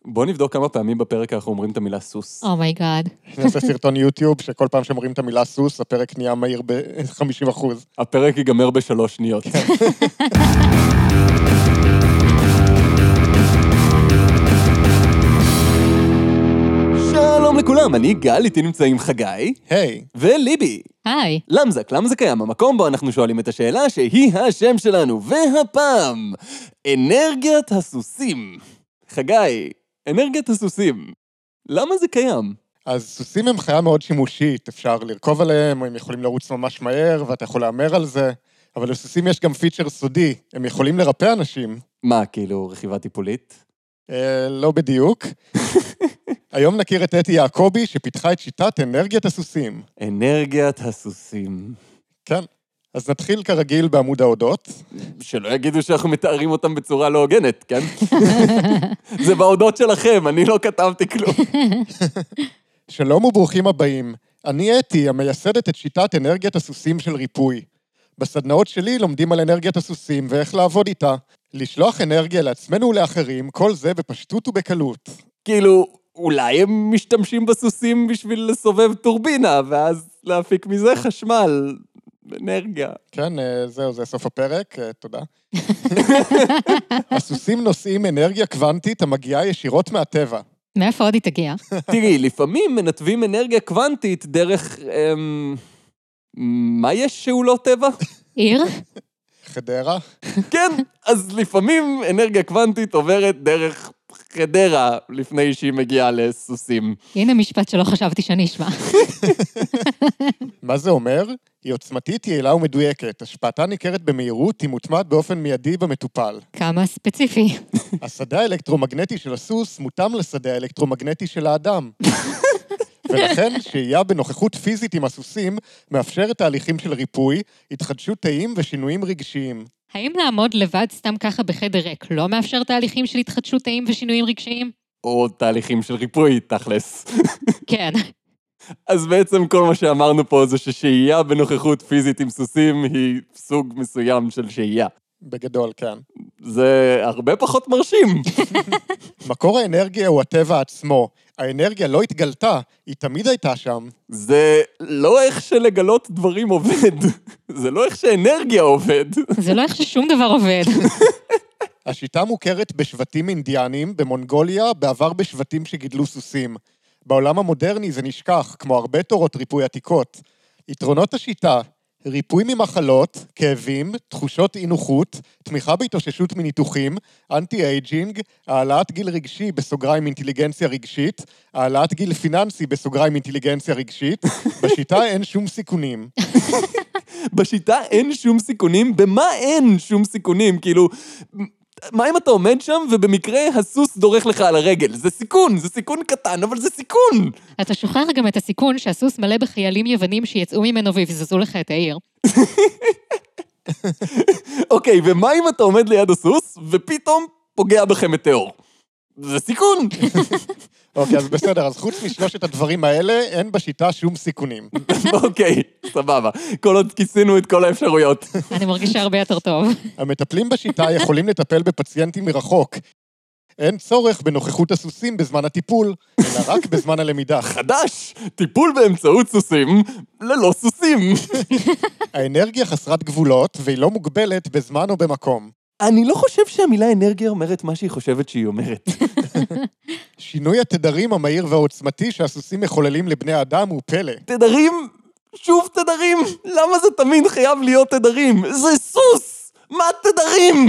בוא נבדוק כמה פעמים בפרק אנחנו אומרים את המילה סוס. אומייגאד. נעשה סרטון יוטיוב שכל פעם שמורים את המילה סוס, הפרק נהיה מהיר ב-50%. הפרק ייגמר ב3 שניות. שלום לכולם, אני גל, איתי נמצאים חגי. היי. וליבי. היי. למזק, למה זה קיים? המקום בו אנחנו שואלים את השאלה שהיא השם שלנו, והפעם, אנרגיית הסוסים. חגי, אנרגיית הסוסים, למה זה קיים? אז סוסים הם חיה מאוד שימושית, אפשר לרכוב עליהם, הם יכולים לרוץ ממש מהר, ואתה יכול לאמר על זה, אבל לסוסים יש גם פיצ'ר סודי, הם יכולים לרפא אנשים. מה, כאילו, רכיבה טיפולית? לא בדיוק. היום נכיר את אתי יעקובי, שפיתחה את שיטת אנרגיית הסוסים. אנרגיית הסוסים. כן. אז נתחיל כרגיל בעמוד ההודות. שלא יגידו שאנחנו מתארים אותם בצורה לא הוגנת, כן? זה בהודות שלכם, אני לא כתבתי כלום. שלום וברוכים הבאים. אני אתי, המייסדת את שיטת אנרגיית הסוסים של ריפוי. בסדנאות שלי לומדים על אנרגיית הסוסים ואיך לעבוד איתה. לשלוח אנרגיה לעצמנו ולאחרים, כל זה בפשטות ובקלות. כאילו, אולי הם משתמשים בסוסים בשביל לסובב טורבינה, ואז להפיק מזה חשמל, אנרגיה. כן, זהו, זה סוף הפרק, תודה. הסוסים נושאים אנרגיה קוונטית המגיעה ישירות מהטבע. מאיפה עוד היא תגיע? תראי, לפעמים מנתבים אנרגיה קוונטית דרך... מה יש שהוא לא טבע? עיר? חדרה? כן, אז לפעמים אנרגיה קוונטית עוברת דרך חדרה לפני שהיא מגיעה לסוסים. הנה משפט שלא חשבתי שאני אשמע. מה זה אומר? היא עוצמתית, יעילה ומדויקת. השפעתה ניכרת במהירות, היא מוטמעת באופן מיידי במטופל. כמה ספציפי. השדה האלקטרומגנטי של הסוס מותאם לשדה האלקטרומגנטי של האדם. ולכן, שהייה בנוכחות פיזית עם הסוסים, מאפשרת תהליכים של ריפוי, התחדשות תאים ושינויים רגשיים. האם לעמוד לבד סתם ככה בחדר ריק לא מאפשר תהליכים של התחדשות תאים ושינויים רגשיים? או תהליכים של ריפוי, תכלס. כן. אז בעצם כל מה שאמרנו פה זה ששהייה בנוכחות פיזית עם סוסים היא סוג מסוים של שהייה. בגדול, כן. זה הרבה פחות מרשים. מקור האנרגיה הוא הטבע עצמו. האנרגיה לא התגלתה, היא תמיד הייתה שם. זה לא איך שלגלות דברים עובד. זה לא איך שאנרגיה עובד. זה לא איך ששום דבר עובד. השיטה מוכרת בשבטים אינדיאנים, במונגוליה, בעבר בשבטים שגידלו סוסים. בעולם המודרני זה נשכח, כמו הרבה תורות ריפוי עתיקות. יתרונות השיטה, ריפוי ממחלות, כאבים, תחושות אי-נוחות, תמיכה בהתאוששות מניתוחים, אנטי-אייג'ינג, העלאת גיל רגשי בסוגריים אינטליגנציה רגשית, העלאת גיל פיננסי בסוגריים אינטליגנציה רגשית, בשיטה אין שום סיכונים. בשיטה אין שום סיכונים? במה אין שום סיכונים? כאילו, מה אם אתה עומד שם ובמקרה הסוס דורך לך על הרגל? זה סיכון קטן, אבל זה סיכון. אתה שוכח גם את הסיכון שהסוס מלא בחיילים יוונים שיצאו ממנו ויבזזו לך את העיר. אוקיי, ומה אם אתה עומד ליד הסוס ופתאום פוגע בכם מטאור? זה סיכון. אוקיי, אז בסדר, אז חוץ משלושת הדברים האלה, אין בשיטה שום סיכונים. אוקיי, סבבה. כל עוד כיסינו את כל האפשרויות. אני מרגישה הרבה יותר טוב. המטפלים בשיטה יכולים לטפל בפציינטים מרחוק. אין צורך בנוכחות הסוסים בזמן הטיפול, אלא רק בזמן הלמידה. חדש! טיפול באמצעות סוסים ללא סוסים. האנרגיה חסרת גבולות, והיא לא מוגבלת בזמן או במקום. אני לא חושב שהמילה אנרגיה אומרת מה שהיא חושבת שהיא אומרת. שינוי התדרים המהיר והעוצמתי שהסוסים מחוללים לבני האדם הוא פלא. תדרים? שוב תדרים? למה זה תמיד חייב להיות תדרים? זה סוס! מה תדרים?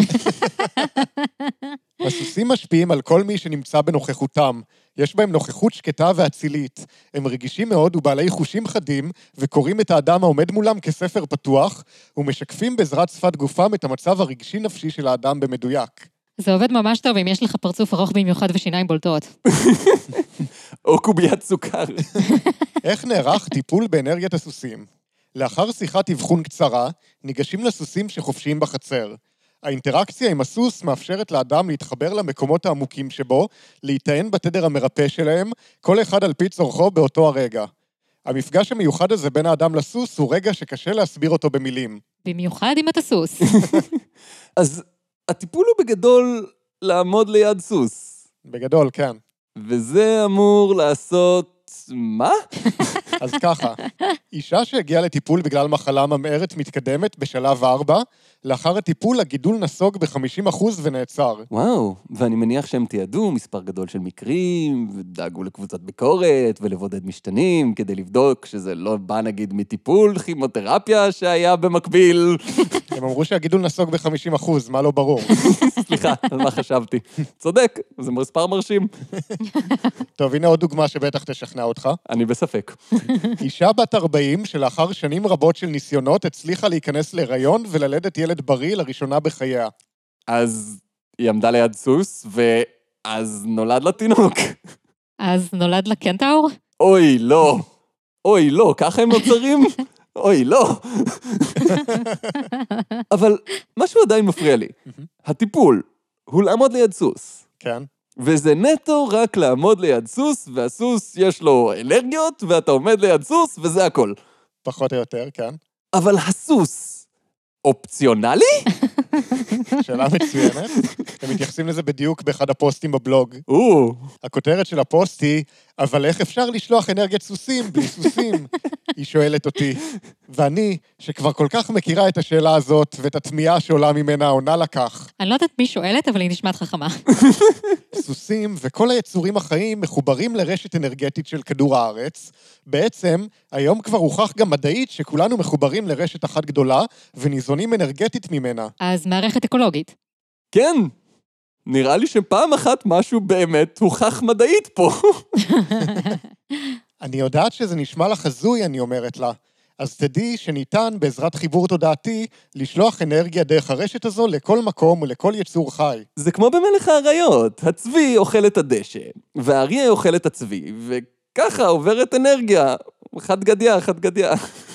הסוסים משפיעים על כל מי שנמצא בנוכחותם. יש בהם נוכחות שקטה ואצילית. הם רגישים מאוד ובעלי חושים חדים, וקוראים את האדם העומד מולם כספר פתוח, ומשקפים בעזרת שפת גופם את המצב הרגשי-נפשי של האדם במדויק. זה עובד ממש טוב אם יש לך פרצוף ארוך במיוחד ושיניים בולטות. או קוביית סוכר. איך נערך טיפול באנרגיית הסוסים? לאחר שיחת אבחון קצרה, ניגשים לסוסים שחופשיים בחצר. האינטראקציה עם הסוס מאפשרת לאדם להתחבר למקומות העמוקים שבו, להיטען בתדר המרפא שלהם, כל אחד על פי צורכו באותו הרגע. המפגש המיוחד הזה בין האדם לסוס הוא רגע שקשה להסביר אותו במילים. במיוחד אם אתה סוס. אז הטיפול הוא בגדול לעמוד ליד סוס. בגדול, כן. וזה אמור לעשות... מה? אז ככה, אישה שהגיעה לטיפול בגלל מחלה ממארת מתקדמת בשלב 4, לאחר הטיפול הגידול נסוג ב-50% ונעצר. וואו, ואני מניח שהם תיעדו מספר גדול של מקרים, ודאגו לקבוצת ביקורת ולבודד משתנים, כדי לבדוק שזה לא בא נגיד מטיפול כימותרפיה שהיה במקביל. הם אמרו שהגידול נסוג ב-50%, מה לא ברור. סליחה, על מה חשבתי. צודק, זה מספר מרשים. טוב, הנה עוד דוגמה שבטח תשכנע אותך. אני בספק. אישה בת 40 שלאחר שנים רבות של ניסיונות הצליחה להיכנס להיריון וללדת ילד בריא לראשונה בחייה. אז היא עמדה ליד סוס, ואז נולד לה תינוק. אז נולד לה קנטאור? אוי, לא. אוי, לא, ככה הם נוצרים? אוי, לא. אבל משהו עדיין מפריע לי. הטיפול הוא לעמוד ליד סוס. כן. וזה נטו רק לעמוד ליד סוס, והסוס יש לו אלרגיות, ואתה עומד ליד סוס, וזה הכל. פחות או יותר, כן. אבל הסוס אופציונלי? שאלה מצוינת. הם מתייחסים לזה בדיוק באחד הפוסטים בבלוג. הכותרת של הפוסט היא, אבל איך אפשר לשלוח אנרגיית סוסים בלי סוסים? היא שואלת אותי. ואני, שכבר כל כך מכירה את השאלה הזאת, ואת התמיהה שעולה ממנה עונה לכך. אני לא יודעת מי שואלת, אבל היא נשמעת חכמה. סוסים וכל היצורים החיים מחוברים לרשת אנרגטית של כדור הארץ. בעצם, היום כבר הוכח גם מדעית שכולנו מחוברים לרשת אחת גדולה, וניזונים אנרגטית ממנה. אז מערכת אקולוגית. כן. נראה לי שפעם אחת משהו באמת הוכח מדעית פה. אני יודעת שזה נשמע לך הזוי, אני אומרת לה. אז תדעי שניתן בעזרת חיבור תודעתי לשלוח אנרגיה דרך הרשת הזו לכל מקום ולכל יצור חי. זה כמו במלך האריות. הצבי אוכל את הדשא, והאריה אוכל את הצבי, וככה עוברת אנרגיה. חד גדיה, חד גדיה.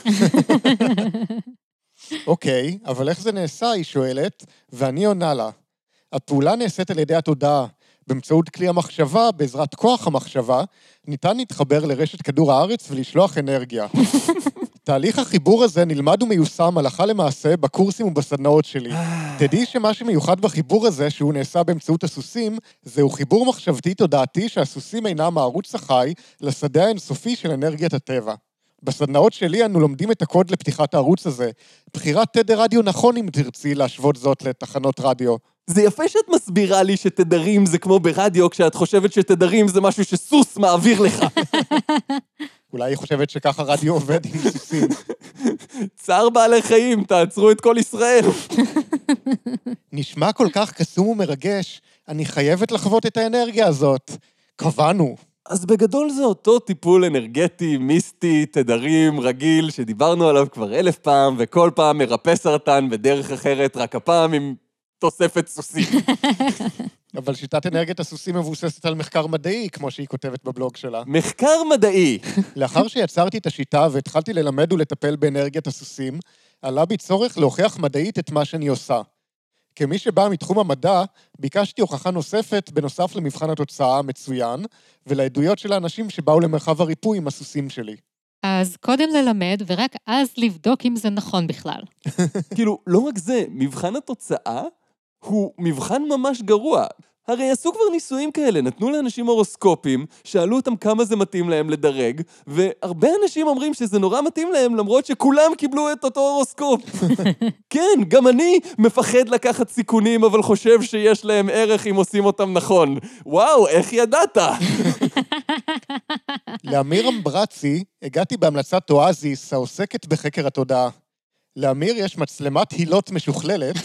אוקיי, אבל איך זה נעשה, היא שואלת, ואני עונה לה. הפעולה נעשית על ידי התודעה. באמצעות כלי המחשבה, בעזרת כוח המחשבה, ניתן להתחבר לרשת כדור הארץ ולשלוח אנרגיה. תהליך החיבור הזה נלמד ומיושם הלכה למעשה בקורסים ובסדנאות שלי. תדעי שמה שמיוחד בחיבור הזה, שהוא נעשה באמצעות הסוסים, זהו חיבור מחשבתי תודעתי שהסוסים אינם הערוץ החי לשדה האינסופי של אנרגיית הטבע. בסדנאות שלי אנו לומדים את הקוד לפתיחת הערוץ הזה. בחירת תדר רדיו נכון אם תרצי להשוות זאת לתחנות רדיו. זה יפה שאת מסבירה לי שתדרים זה כמו ברדיו, כשאת חושבת שתדרים זה משהו שסוס מעביר לך. אולי היא חושבת שככה רדיו עובד עם סוסים. צער בעלי חיים, תעצרו את כל ישראל. נשמע כל כך קסום ומרגש, אני חייבת לחוות את האנרגיה הזאת. קבענו. אז בגדול זה אותו טיפול אנרגטי, מיסטי, תדרים, רגיל, שדיברנו עליו כבר 1000 פעם, וכל פעם מרפא סרטן בדרך אחרת, רק הפעם עם תוספת סוסים. אבל שיטת אנרגיית הסוסים מבוססת על מחקר מדעי, כמו שהיא כותבת בבלוג שלה. מחקר מדעי. לאחר שיצרתי את השיטה והתחלתי ללמד ולטפל באנרגיית הסוסים, עלה בי צורך להוכיח מדעית את מה שאני עושה. כמי שבא מתחום המדע, ביקשתי הוכחה נוספת בנוסף למבחן התוצאה המצוין, ולעדויות של האנשים שבאו למרחב הריפוי עם הסוסים שלי. אז קודם ללמד, ורק אז לבדוק אם זה נכון בכלל. כאילו, לא רק זה, מבחן התוצאה הוא מבחן ממש גרוע. הרי עשו כבר ניסויים כאלה, נתנו לאנשים הורוסקופים, שאלו אותם כמה זה מתאים להם לדרג, והרבה אנשים אומרים שזה נורא מתאים להם, למרות שכולם קיבלו את אותו הורוסקופ. כן, גם אני מפחד לקחת סיכונים, אבל חושב שיש להם ערך אם עושים אותם נכון. וואו, איך ידעת? לאמיר אמברצי הגעתי בהמלצת אואזיס העוסקת בחקר התודעה. לאמיר יש מצלמת הילות משוכללת,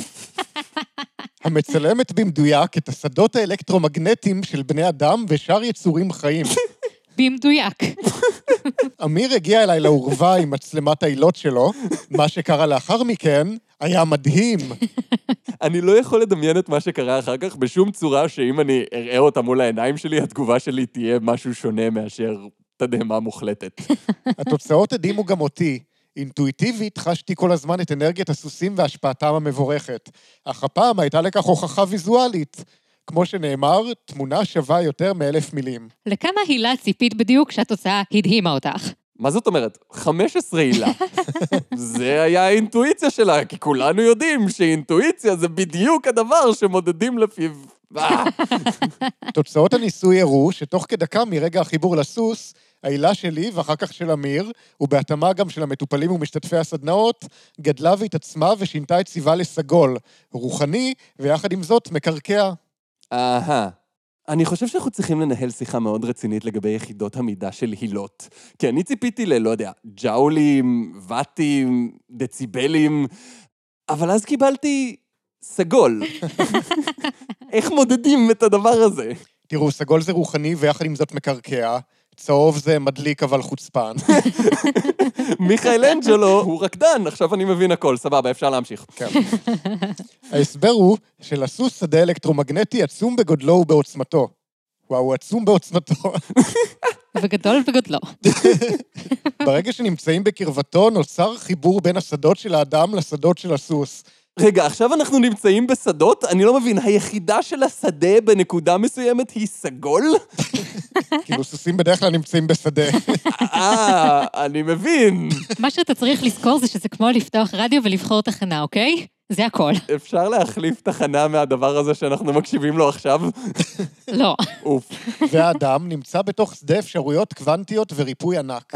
המצלמת במדויק את השדות האלקטרומגנטיים של בני אדם ושאר יצורים חיים. במדויק. אמיר הגיע אליי לאורווה עם מצלמת העילות שלו, מה שקרה לאחר מכן היה מדהים. אני לא יכול לדמיין את מה שקרה אחר כך בשום צורה שאם אני אראה אותה מול העיניים שלי, התגובה שלי תהיה משהו שונה מאשר תדהמה מוחלטת. התוצאות הדהימו גם אותי. אינטואיטיבית חשתי כל הזמן את אנרגיית הסוסים והשפעתם המבורכת, אך הפעם הייתה לכך הוכחה ויזואלית. כמו שנאמר, תמונה שווה יותר מ1,000 מילים. לכמה הילה ציפית בדיוק שהתוצאה הדהימה אותך? מה זאת אומרת? 15 הילה. זה היה האינטואיציה שלה, כי כולנו יודעים שאינטואיציה זה בדיוק הדבר שמודדים לפיו תוצאות הניסוי הראו שתוך כדקה מרגע החיבור לסוס, העילה שלי ואחר כך של אמיר, ובהתאמה גם של המטופלים ומשתתפי הסדנאות, גדלה והתעצמה ושינתה את צבעה לסגול, רוחני, ויחד עם זאת מקרקע. אני חושב שאנחנו צריכים לנהל שיחה מאוד רצינית לגבי יחידות המידה של הילות. כי אני ציפיתי לא יודע, ג'אולים, וטים, דציבלים, אבל אז קיבלתי סגול. איך מודדים את הדבר הזה? תראו, סגול זה רוחני ויחד עם זאת מקרקע, צהוב זה מדליק אבל חוצפן. מיכאל אנג'לו הוא רקדן, עכשיו אני מבין הכל, סבבה, אפשר להמשיך. כן. ההסבר הוא שלסוס שדה אלקטרומגנטי עצום בגודלו ובעוצמתו. וואו, הוא עצום בעוצמתו. וגדול וגודלו. ברגע שנמצאים בקרבתו נוצר חיבור בין השדות של האדם לשדות של הסוס. רגע, עכשיו אנחנו נמצאים בשדות? אני לא מבין, היחידה של השדה בנקודה מסוימת היא סגול? כאילו סוסים בדרך כלל נמצאים בשדה. אני מבין. מה שאתה צריך לזכור זה שזה כמו לפתוח רדיו ולבחור תחנה, אוקיי? זה הכל. אפשר להחליף תחנה מהדבר הזה שאנחנו מקשיבים לו עכשיו? לא. אוף. והאדם נמצא בתוך שדה אפשרויות קוונטיות וריפוי ענק.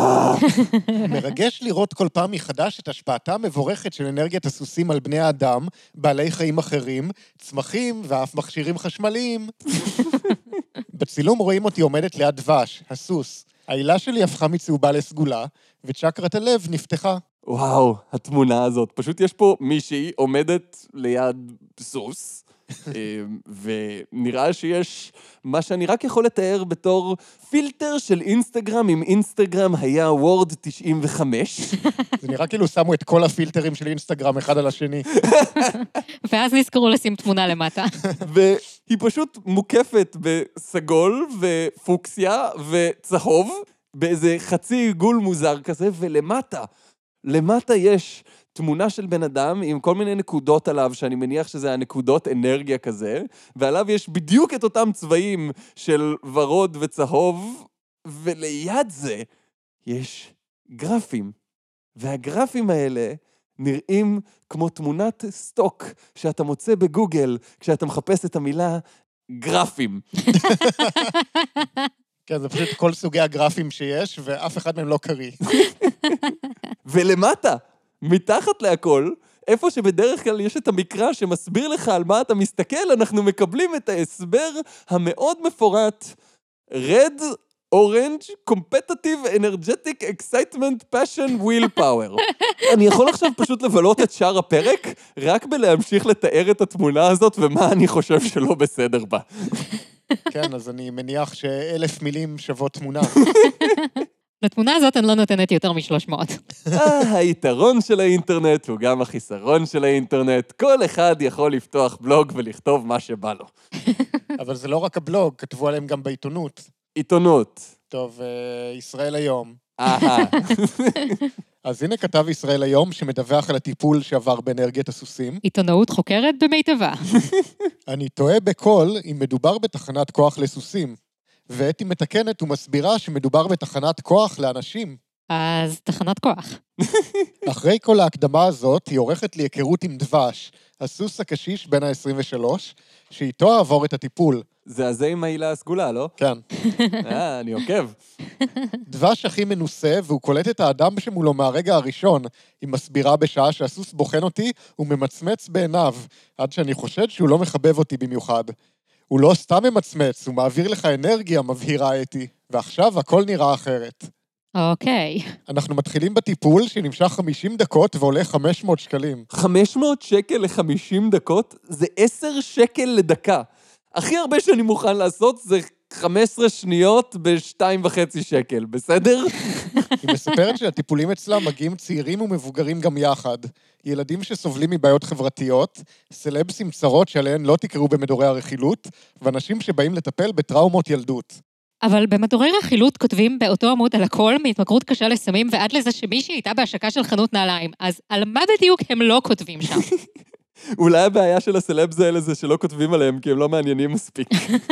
מרגש לראות כל פעם מחדש את השפעתה המבורכת של אנרגיית הסוסים על בני האדם, בעלי חיים אחרים, צמחים ואף מכשירים חשמליים. בצילום רואים אותי עומדת ליד דבש, הסוס. העילה שלי הפכה מצהובה לסגולה, וצ'קרת הלב נפתחה. וואו, התמונה הזאת. פשוט יש פה מישהי עומדת ליד סוס, ונראה שיש מה שאני רק יכול לתאר בתור פילטר של אינסטגרם, אם אינסטגרם היה וורד 95. זה נראה כאילו שמו את כל הפילטרים של אינסטגרם אחד על השני. ואז נזכרו לשים תמונה למטה. והיא פשוט מוקפת בסגול ופוקסיה וצהוב, באיזה חצי עיגול מוזר כזה, למטה יש תמונה של בן אדם עם כל מיני נקודות עליו, שאני מניח שזה הנקודות אנרגיה כזה, ועליו יש בדיוק את אותם צבעים של ורוד וצהוב, וליד זה יש גרפים. והגרפים האלה נראים כמו תמונת סטוק שאתה מוצא בגוגל, כשאתה מחפש את המילה גרפים. כן, זה פשוט כל סוגי הגרפים שיש, ואף אחד מהם לא קריא. ולמטה, מתחת להכל, איפה שבדרך כלל יש את המקרא שמסביר לך על מה אתה מסתכל, אנחנו מקבלים את ההסבר המאוד מפורט. Red, Orange, Competitive, Energetic, Excitement, Passion, Willpower. אני יכול עכשיו פשוט לבלות את שאר הפרק, רק בלהמשיך לתאר את התמונה הזאת, ומה אני חושב שלא בסדר בה. כן, אז אני מניח ש1,000 מילים שוות תמונה. לתמונה הזאת אני לא נותנת יותר מ300. היתרון של האינטרנט הוא גם החיסרון של האינטרנט. כל אחד יכול לפתוח בלוג ולכתוב מה שבא לו. אבל זה לא רק הבלוג, כתבו עליהם גם בעיתונות. עיתונות. טוב, ישראל היום. אהה. אז הנה כתב ישראל היום שמדווח על הטיפול שעבר באנרגיית הסוסים. עיתונאות חוקרת במיטבה. אני טועה בכל אם מדובר בתחנת כוח לסוסים. ואתי מתקנת ומסבירה שמדובר בתחנת כוח לאנשים. אז תחנת כוח. אחרי כל ההקדמה הזאת, היא עורכת לי היכרות עם דבש, הסוס הקשיש בין ה-23, שאיתו אעבור את הטיפול. זה הזה עם העילה הסגולה, לא? כן. אני עוקב. דבש הכי מנוסה, והוא קולט את האדם שמולו מהרגע הראשון. היא מסבירה בשעה שהסוס בוחן אותי, הוא ממצמץ בעיניו, עד שאני חושד שהוא לא מחבב אותי במיוחד. הוא לא סתם ממצמץ, הוא מעביר לך אנרגיה, מבהירה אתי. ועכשיו הכל נראה אחרת. אוקיי. אנחנו מתחילים בטיפול שנמשך 50 דקות ועולה 500 שקלים. 500 שקל ל-50 דקות? זה 10 שקל לדקה. הכי הרבה שאני מוכן לעשות זה 15 שניות ב2.5 שקל, בסדר? היא מספרת שהטיפולים אצלה מגיעים צעירים ומבוגרים גם יחד. ילדים שסובלים מבעיות חברתיות, סלבסים צרות שעליהן לא תקראו במדורי הרכילות, ואנשים שבאים לטפל בטראומות ילדות. אבל במדורי רכילות כותבים באותו עמוד על הכל, מהתמכרות קשה לסמים ועד לזה שמישהי הייתה בהשקה של חנות נעליים. אז על מה בדיוק הם לא כותבים שם? אולי הבעיה של הסלבס האלה זה שלא כותבים עליהם, כי הם לא מעניינים מספיק.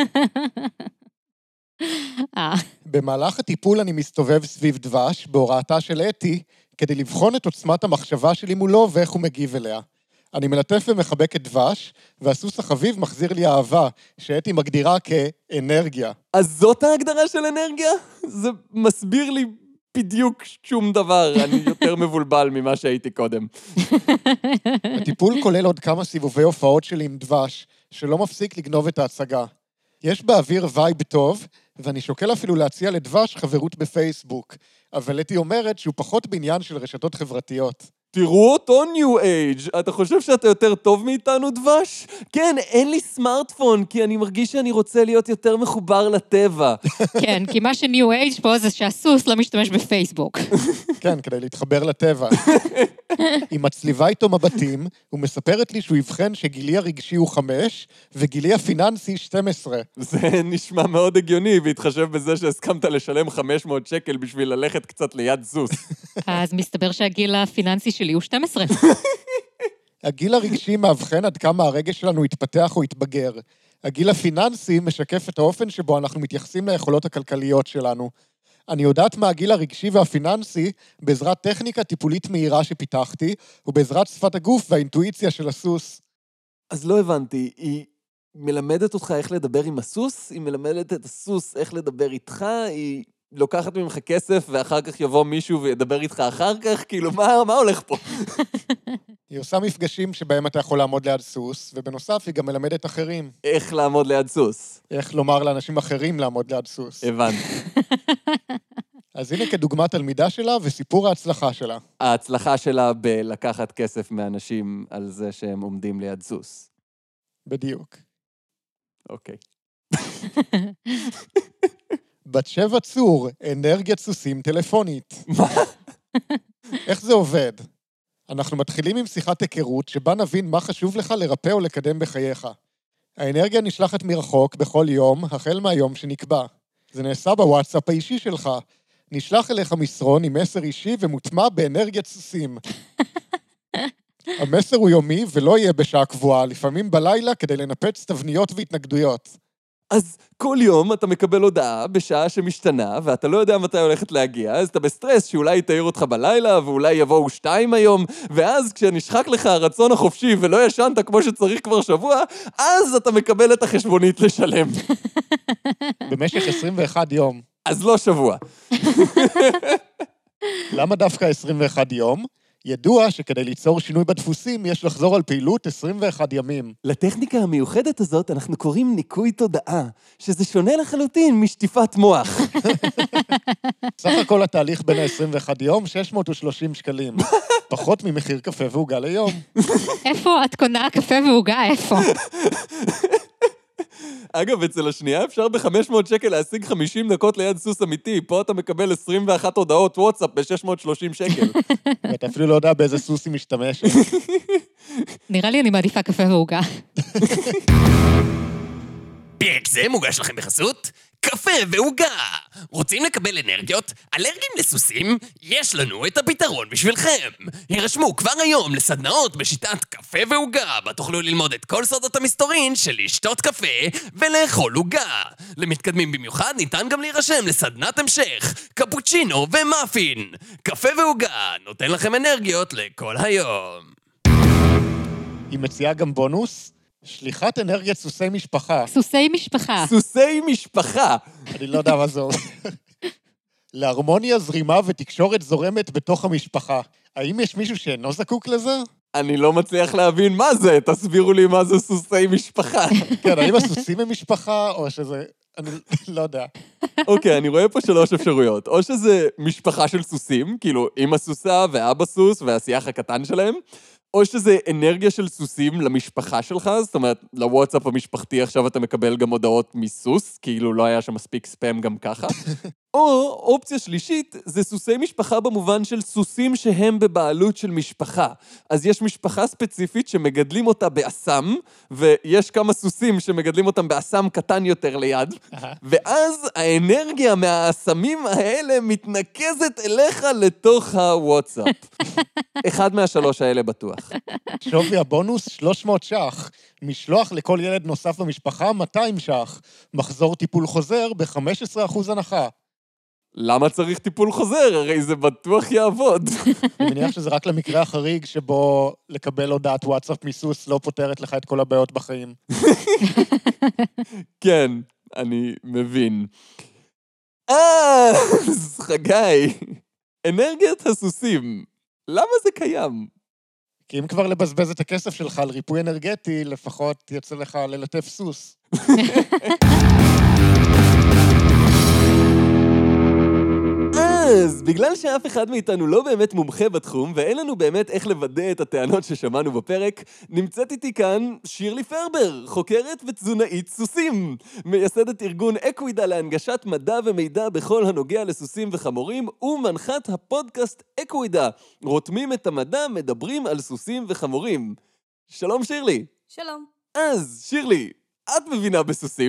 במהלך הטיפול אני מסתובב סביב דבש, בהוראתה של אתי, כדי לבחון את עוצמת המחשבה שלי מולו ואיך הוא מגיב אליה. אני מלטף ומחבק את דבש, והסוס החביב מחזיר לי אהבה, שאתי מגדירה כאנרגיה. אז זאת ההגדרה של אנרגיה? זה מסביר לי בדיוק שום דבר, אני יותר מבולבל ממה שהייתי קודם. הטיפול כולל עוד כמה סיבובי הופעות שלי עם דבש, שלא מפסיק לגנוב את ההצגה. יש באוויר וייב טוב, ואני שוקל אפילו להציע לדבש חברות בפייסבוק, אבל אתי אומרת שהוא פחות בעניין של רשתות חברתיות. תראו אותו ניו אייג', אתה חושב שאתה יותר טוב מאיתנו דבש? כן, אין לי סמארטפון, כי אני מרגיש שאני רוצה להיות יותר מחובר לטבע. כן, כי מה שניו אייג' פה זה שהסוס לא משתמש בפייסבוק. כן, כדי להתחבר לטבע. היא מצליבה איתו מבטים, ומספרת לי שהוא יבחן שגילי הרגשי הוא 5, וגילי הפיננסי 12. זה נשמע מאוד הגיוני, והתחשב בזה שהסכמת לשלם 500 שקל בשביל ללכת קצת ליד סוס. אז מסתבר שהגיל הפיננסי שלי הוא 12. הגיל הרגשי מאבחן עד כמה הרגש שלנו יתפתח או יתבגר. הגיל הפיננסי משקף את האופן שבו אנחנו מתייחסים ליכולות הכלכליות שלנו. אני יודעת מה הגיל הרגשי והפיננסי בעזרת טכניקה טיפולית מהירה שפיתחתי, ובעזרת שפת הגוף והאינטואיציה של הסוס. אז לא הבנתי, היא מלמדת אותך איך לדבר עם הסוס? היא מלמדת את הסוס איך לדבר איתך? היא לוקחת ממך כסף ואחר כך יבוא מישהו וידבר איתך אחר כך? כאילו, מה הולך פה? היא עושה מפגשים שבהם אתה יכול לעמוד ליד סוס, ובנוסף היא גם מלמדת אחרים. איך לעמוד ליד סוס? איך לומר לאנשים אחרים לעמוד ליד סוס. הבנתי. אז הנה כדוגמת תלמידה שלה וסיפור ההצלחה שלה. ההצלחה שלה בלקחת כסף מאנשים על זה שהם עומדים ליד סוס. בדיוק. אוקיי. בת שבע צור, אנרגיית סוסים טלפונית. מה? איך זה עובד? אנחנו מתחילים עם שיחת היכרות שבה נבין מה חשוב לך לרפא או לקדם בחייך. האנרגיה נשלחת מרחוק בכל יום, החל מהיום שנקבע. זה נעשה בוואטסאפ האישי שלך. נשלח אליך מסרון עם מסר אישי ומוטמע באנרגיית סוסים. המסר הוא יומי ולא יהיה בשעה קבועה, לפעמים בלילה כדי לנפץ תבניות והתנגדויות. אז כל יום אתה מקבל הודעה בשעה שמשתנה, ואתה לא יודע מתי הולכת להגיע, אז אתה בסטרס שאולי תעיר אותך בלילה, ואולי יבואו 2 היום, ואז כשנשחק לך הרצון החופשי ולא ישנת כמו שצריך כבר שבוע, אז אתה מקבל את החשבונית לשלם. במשך 21 יום. אז לא שבוע. למה דווקא 21 יום? ידוע שכדי ליצור שינוי בדפוסים יש לחזור על פעילות 21 ימים. לטכניקה המיוחדת הזאת אנחנו קוראים ניקוי תודעה, שזה שונה לחלוטין משטיפת מוח. סך הכל התהליך בין ה-21 יום, 630 שקלים. פחות ממחיר קפה ועוגה ליום. איפה את קונה קפה ועוגה? איפה? אגב, אצל השנייה אפשר ב-500 שקל להשיג 50 דקות ליד סוס אמיתי. פה אתה מקבל 21 הודעות וואטסאפ ב-630 שקל. ואתה אפילו לא יודע באיזה סוס היא משתמשת. נראה לי אני מעדיפה קפה ועוגה. פרק זה מוגש לכם בחסות קפה ועוגה. רוצים לקבל אנרגיות? אלרגיים לסוסים? יש לנו את הפתרון בשבילכם. הירשמו כבר היום לסדנאות בשיטת קפה ועוגה, בה תוכלו ללמוד את כל סודות המסתורין של לשתות קפה ולאכול עוגה. למתקדמים במיוחד ניתן גם להירשם לסדנת המשך, קפוצ'ינו ומאפין. קפה ועוגה נותן לכם אנרגיות לכל היום. היא מציעה גם בונוס, שליחת אנרגיית סוסי משפחה. סוסי משפחה. סוסי משפחה. אני לא יודע מה זה אומר. להרמוניה זרימה ותקשורת זורמת בתוך המשפחה. האם יש מישהו שאינו זקוק לזה? אני לא מצליח להבין מה זה, תסבירו לי מה זה סוסי משפחה. כן, האם הסוסים הם משפחה, או שזה... אני לא יודע. אוקיי, אני רואה פה 3 אפשרויות. או שזה משפחה של סוסים, כאילו אמא סוסה ואבא סוס והשיח הקטן שלהם, או שזה אנרגיה של סוסים למשפחה שלך, זאת אומרת, לוואטסאפ המשפחתי עכשיו אתה מקבל גם הודעות מסוס, כאילו לא היה שם מספיק ספאם גם ככה. או אופציה שלישית, זה סוסי משפחה במובן של סוסים שהם בבעלות של משפחה. אז יש משפחה ספציפית שמגדלים אותה באסם, ויש כמה סוסים שמגדלים אותם באסם קטן יותר ליד, ואז האנרגיה מהאסמים האלה מתנקזת אליך לתוך הוואטסאפ. אחד מה3 האלה בטוח. שווי הבונוס 300 שח. משלוח לכל ילד נוסף במשפחה 200 שח. מחזור טיפול חוזר ב-15% הנחה. למה צריך טיפול חוזר? הרי זה בטוח יעבוד. אני מניח שזה רק למקרה החריג שבו לקבל הודעת וואטסאפ מסוס לא פותרת לך את כל הבעיות בחיים. כן, אני מבין. אז חגי, אנרגיית הסוסים, למה זה קיים? כי אם כבר לבזבז את הכסף שלך על ריפוי אנרגטי, לפחות יצא לך ללטף סוס. אז בגלל שאף אחד מאיתנו לא באמת מומחה בתחום, ואין לנו באמת איך לוודא את הטענות ששמענו בפרק, נמצאת איתי כאן שירלי פרבר, חוקרת ותזונאית סוסים, מייסדת ארגון אקווידה להנגשת מדע ומידע בכל הנוגע לסוסים וחמורים, ומנחת הפודקאסט אקווידה, רותמים את המדע, מדברים על סוסים וחמורים. שלום שירלי. שלום. אז שירלי, את מבינה בסוסים.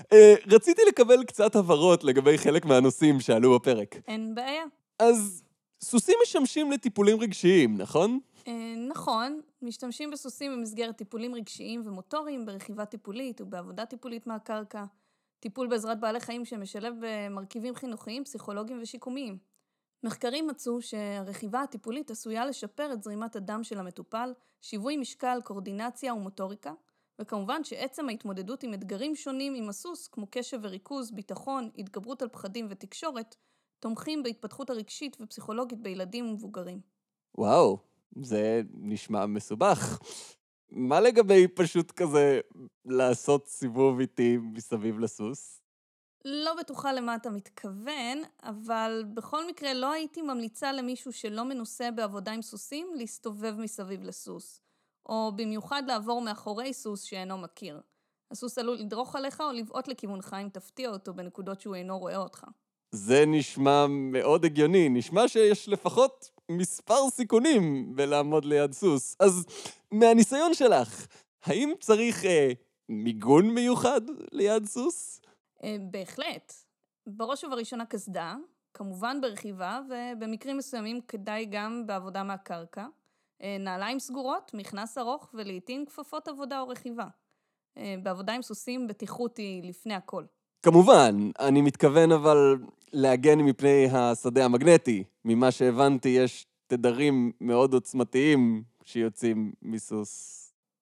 רציתי לקבל קצת הבהרות לגבי חלק מהנושאים שעלו בפרק. אין בעיה. אז סוסים משמשים לטיפולים רגשיים, נכון? נכון, משתמשים בסוסים במסגרת טיפולים רגשיים ומוטוריים, ברכיבה טיפולית ובעבודה טיפולית מהקרקע, טיפול בעזרת בעלי חיים שמשלב במרכיבים חינוכיים, פסיכולוגיים ושיקומיים. מחקרים מצאו שהרכיבה הטיפולית עשויה לשפר את זרימת הדם של המטופל, שיווי משקל, קורדינציה ומוטוריקה, וכמובן שעצם ההתמודדות עם אתגרים שונים עם הסוס, כמו קשב וריכוז, ביטחון, התגברות על פחדים ותקשורת, תומכים בהתפתחות הרגשית ופסיכולוגית בילדים ומבוגרים. וואו, זה נשמע מסובך. מה לגבי פשוט כזה לעשות סיבוב איתי מסביב לסוס? לא בטוחה למה אתה מתכוון, אבל בכל מקרה לא הייתי ממליצה למישהו שלא מנוסה בעבודה עם סוסים להסתובב מסביב לסוס, או במיוחד לעבור מאחורי סוס שאינו מכיר. הסוס עלול לדרוך עליך או לבעוט לכיוונך אם תפתיע אותו בנקודות שהוא אינו רואה אותך. זה נשמע מאוד הגיוני, נשמע שיש לפחות מספר סיכונים בלעמוד ליד סוס. אז מהניסיון שלך, האם צריך מיגון מיוחד ליד סוס? בהחלט. בראש ובראשונה קסדה, כמובן ברכיבה, ובמקרים מסוימים כדאי גם בעבודה מהקרקע. נעליים סגורות, מכנס ארוך ולעיתים כפפות עבודה או רכיבה. בעבודה עם סוסים בטיחות היא לפני הכל. כמובן, אני מתכוון אבל להגן מפני השדה המגנטי. ממה שהבנתי יש תדרים מאוד עוצמתיים שיוצאים מסוס.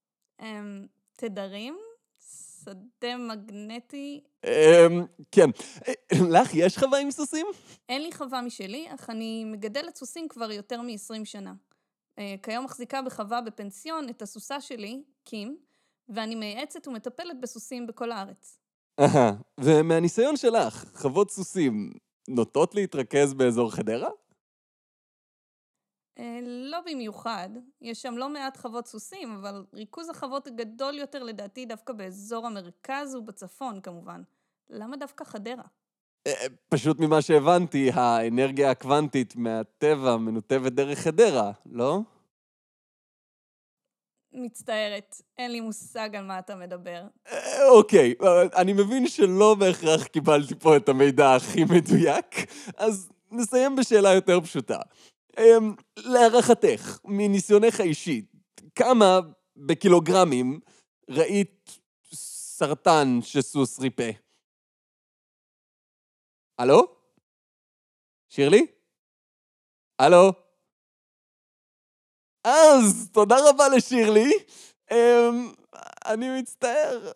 תדרים? שדה מגנטי? כן. לך יש חווה עם סוסים? אין לי חווה משלי, אך אני מגדלת סוסים כבר יותר מ-20 שנה. כיום מחזיקה בחווה בפנסיון את הסוסה שלי, קים, ואני מייעצת ומטפלת בסוסים בכל הארץ. ומהניסיון שלך, חוות סוסים נוטות להתרכז באזור חדרה? לא במיוחד, יש שם לא מעט חוות סוסים, אבל ריכוז החוות גדול יותר לדעתי דווקא באזור המרכז ובצפון כמובן. למה דווקא חדרה? פשוט ממה שהבנתי, האנרגיה הקוונטית מהטבע מנותבת דרך חדרה, לא? מצטערת, אין לי מושג על מה אתה מדבר. אוקיי, אני מבין שלא בהכרח קיבלתי פה את המידע הכי מדויק, אז נסיים בשאלה יותר פשוטה. להערכתך, מניסיונך האישית, כמה בקילוגרמים ראית סרטן שסוס ריפא? הלו? שירלי? הלו? אז, תודה רבה לשירלי. אני מצטער.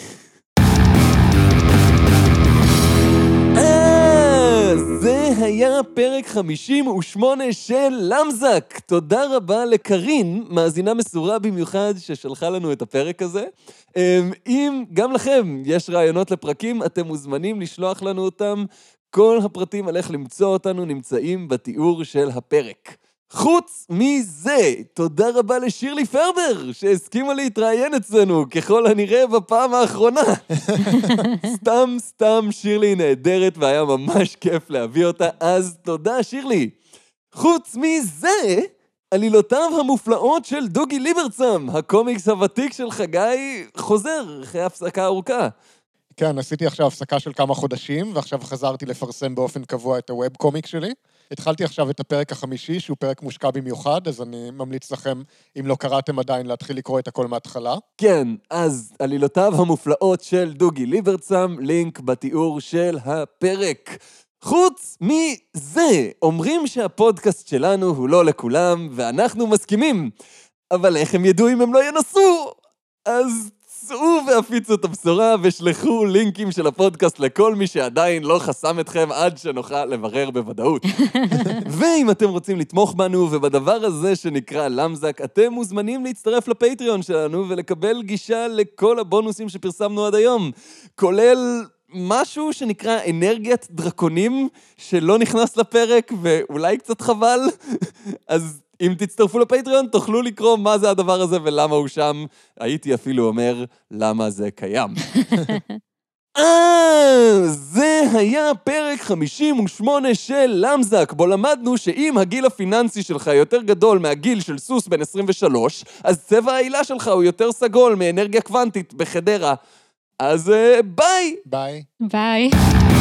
זה היה פרק 58 של למזק. תודה רבה לקרין, מאזינה מסורה במיוחד ששלחה לנו את הפרק הזה. אם גם לכם יש רעיונות לפרקים, אתם מוזמנים לשלוח לנו אותם. כל הפרטים על איך למצוא אותנו נמצאים בתיאור של הפרק. חוץ מזה, תודה רבה לשירלי פרבר, שהסכימה להתראיין אצלנו, ככל הנראה בפעם האחרונה. סתם שירלי נהדרת, והיה ממש כיף להביא אותה, אז תודה שירלי. חוץ מזה, עלילותיו המופלאות של דוגי ליברצם, הקומיקס הוותיק של חגי, חוזר אחרי הפסקה ארוכה. כן, עשיתי עכשיו הפסקה של כמה חודשים, ועכשיו חזרתי לפרסם באופן קבוע את הווב קומיק שלי. התחלתי עכשיו את הפרק החמישי, שהוא פרק מושקע במיוחד, אז אני ממליץ לכם, אם לא קראתם עדיין, להתחיל לקרוא את הכל מההתחלה. כן, אז עלילותיו המופלאות של דוגי ליברצם, לינק בתיאור של הפרק. חוץ מזה, אומרים שהפודקאסט שלנו הוא לא לכולם, ואנחנו מסכימים. אבל איך הם ידעו אם הם לא ינסו? אז צאו והפיצו את הבשורה ושלחו לינקים של הפודקאסט לכל מי שעדיין לא חסם אתכם עד שנוכל לברר בוודאות. ואם אתם רוצים לתמוך בנו ובדבר הזה שנקרא למזק, אתם מוזמנים להצטרף לפטריון שלנו ולקבל גישה לכל הבונוסים שפרסמנו עד היום, כולל משהו שנקרא אנרגיית דרקונים שלא נכנס לפרק ואולי קצת חבל. אז אם תצטרפו לפטריון, תוכלו לקרוא מה זה הדבר הזה ולמה הוא שם. הייתי אפילו אומר, למה זה קיים. זה היה פרק 58 של למזק, בו למדנו שאם הגיל הפיננסי שלך יותר גדול מהגיל של סוס בן 23, אז צבע העילה שלך הוא יותר סגול מאנרגיה קוונטית בחדרה. אז ביי! ביי. ביי.